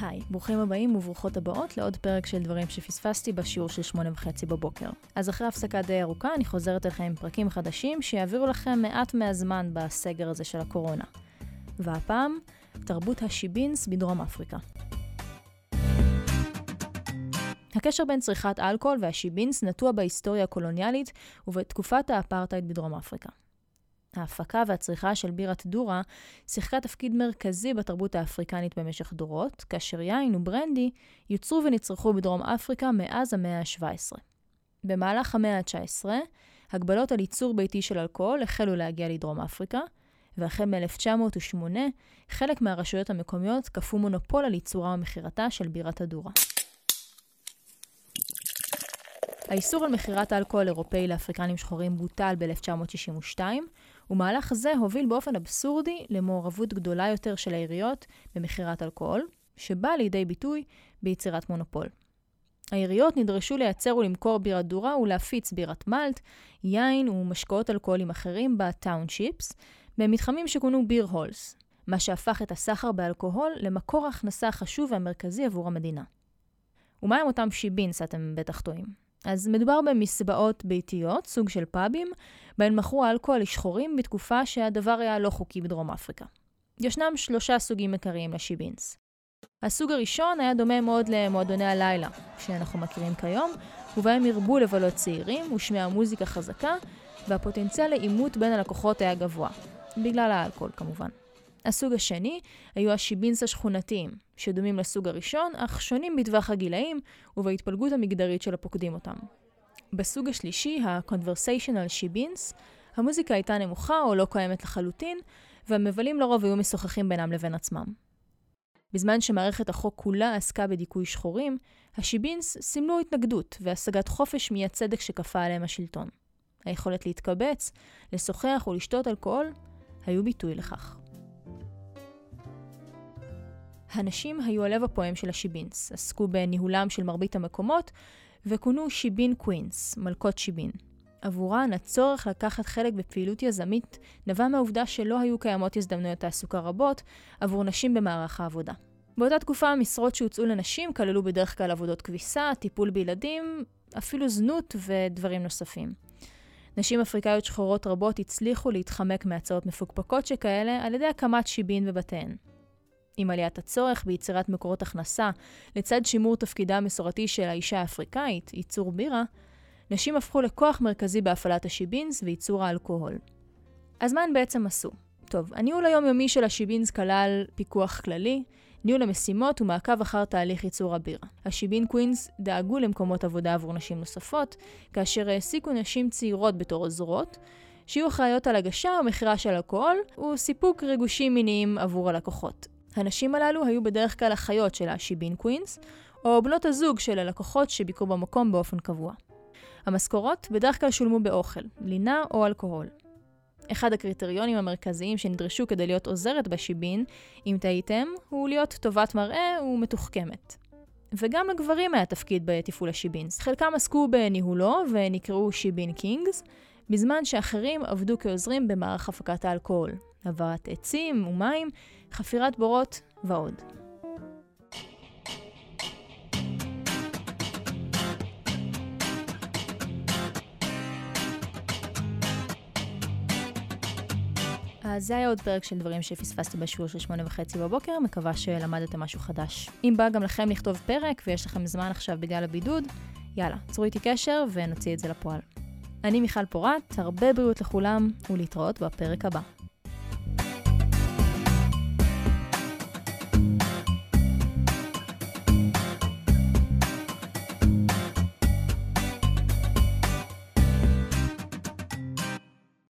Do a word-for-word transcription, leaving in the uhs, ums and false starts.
היי, ברוכים הבאים וברוכות הבאות לעוד פרק של דברים שפספסתי בשיעור של שמונה וחצי בבוקר. אז אחרי הפסקה די ארוכה אני חוזרת אליכם עם פרקים חדשים שיעבירו לכם מעט מהזמן בסגר הזה של הקורונה. והפעם, תרבות השיבינס בדרום אפריקה. הקשר בין צריכת אלכוהול והשיבינס נטוע בהיסטוריה הקולוניאלית ובתקופת האפרטהייד בדרום אפריקה. ההפקה והצריכה של בירת דורה שיחקה תפקיד מרכזי בתרבות האפריקנית במשך דורות, כאשר יין וברנדי יוצרו ונצרכו בדרום אפריקה מאז המאה ה-שבע עשרה. במהלך המאה ה-תשע עשרה, הגבלות על ייצור ביתי של אלכוהול החלו להגיע לדרום אפריקה, והחל מ-אלף תשע מאות ושמונה, חלק מהרשויות המקומיות כפו מונופול על ייצורה ומכירתה של בירת הדורה. האיסור על מכירת אלכוהול אירופאי לאפריקנים שחורים בוטל ב-אלף תשע מאות שישים ושתיים, ומהלך זה הוביל באופן אבסורדי למעורבות גדולה יותר של העיריות במכירת אלכוהול, שבא לידי ביטוי ביצירת מונופול. העיריות נדרשו לייצר ולמכור בירת דורה ולהפיץ בירת מלט, יין ומשקאות אלכוהולים אחרים בטאונשיפס, במתחמים שכונו ביר הולס, מה שהפך את הסחר באלכוהול למקור ההכנסה החשוב והמרכזי עבור המדינה. ומה הם אותם שיבינס, אתם בטח טועים? אז מדובר במסבעות ביתיות, סוג של פאבים, בהן מכרו אלכוהול לשחורים בתקופה שהדבר היה לא חוקי בדרום אפריקה. ישנם שלושה סוגים עיקריים לשיבינס. הסוג הראשון היה דומה מאוד למועדוני הלילה, שאנחנו מכירים כיום, ובהם הרבו לבלות צעירים ושמיע מוזיקה חזקה, והפוטנציאל לאימות בין הלקוחות היה גבוה, בגלל האלכוהול כמובן. הסוג השני היו השיבינס השכונתיים, שדומים לסוג הראשון, אך שונים בטווח הגילאים ובהתפלגות המגדרית של הפוקדים אותם. בסוג השלישי, ה-conversational שיבינס, המוזיקה הייתה נמוכה או לא קיימת לחלוטין, והמבלים לרוב היו משוחחים בינם לבין עצמם. בזמן שמערכת החוק כולה עסקה בדיכוי שחורים, השיבינס סימלו התנגדות והשגת חופש מהצדק שכפה עליהם השלטון. היכולת להתקבץ, לשוחח ולשתות אלכוהול היו ביטוי לכך. הנשים היו הלב הפועם של השיבינס, עסקו בניהולם של מרבית המקומות, וכונו שיבין קווינס, מלכות שיבין. עבורן, הצורך לקחת חלק בפעילות יזמית נבע מהעובדה שלא היו קיימות הזדמנויות תעסוקה רבות עבור נשים במערך העבודה. באותה תקופה, המשרות שהוצאו לנשים כללו בדרך כלל עבודות כביסה, טיפול בילדים, אפילו זנות ודברים נוספים. נשים אפריקאיות שחורות רבות הצליחו להתחמק מהצעות מפוקפקות שכאלה על ידי הקמת שיבין בבתיהן. עם עליית הצורך ביצירת מקורות הכנסה, לצד שימור תפקידה המסורתי של האישה האפריקאית, ייצור בירה, נשים הפכו לכוח מרכזי בהפעלת השיבינס וייצור האלכוהול. אז מה הן בעצם עשו? טוב, הניהול היומיומי של השיבינס כלל פיקוח כללי, ניהול המשימות ומעקב אחר תהליך ייצור הבירה. השיבין קווינס דאגו למקומות עבודה עבור נשים נוספות, כאשר העסיקו נשים צעירות בתור עוזרות, שיהיו אחראיות על הגשה ומכירה של אלכוהול, וסיפוק ריגושים מיניים עבור הלקוחות. הנשים הללו היו בדרך כלל אחיות של השיבין קווינס, או בנות הזוג של הלקוחות שביקרו במקום באופן קבוע. המשכורות בדרך כלל שולמו באוכל, לינה או אלכוהול. אחד הקריטריונים המרכזיים שנדרשו כדי להיות עוזרת בשיבין, אם תהיתם, הוא להיות טובת מראה ומתוחכמת. וגם לגברים היה תפקיד בתפעול השיבינס. חלקם עסקו בניהולו ונקראו שיבין קינגס, בזמן שאחרים עבדו כעוזרים במערך הפקת האלכוהול, העברת עצים ומים, חפירת בורות ועוד. אז זה היה עוד פרק של דברים שפספסתי בשיעור של שמונה וחצי בבוקר, מקווה שלמדתם משהו חדש. אם בא גם לכם לכתוב פרק ויש לכם זמן עכשיו בגלל הבידוד, יאללה, צרו איתי קשר ונוציא את זה לפועל. אני מיכל פורט, הרבה בריאות לכולם ולהתראות בפרק הבא.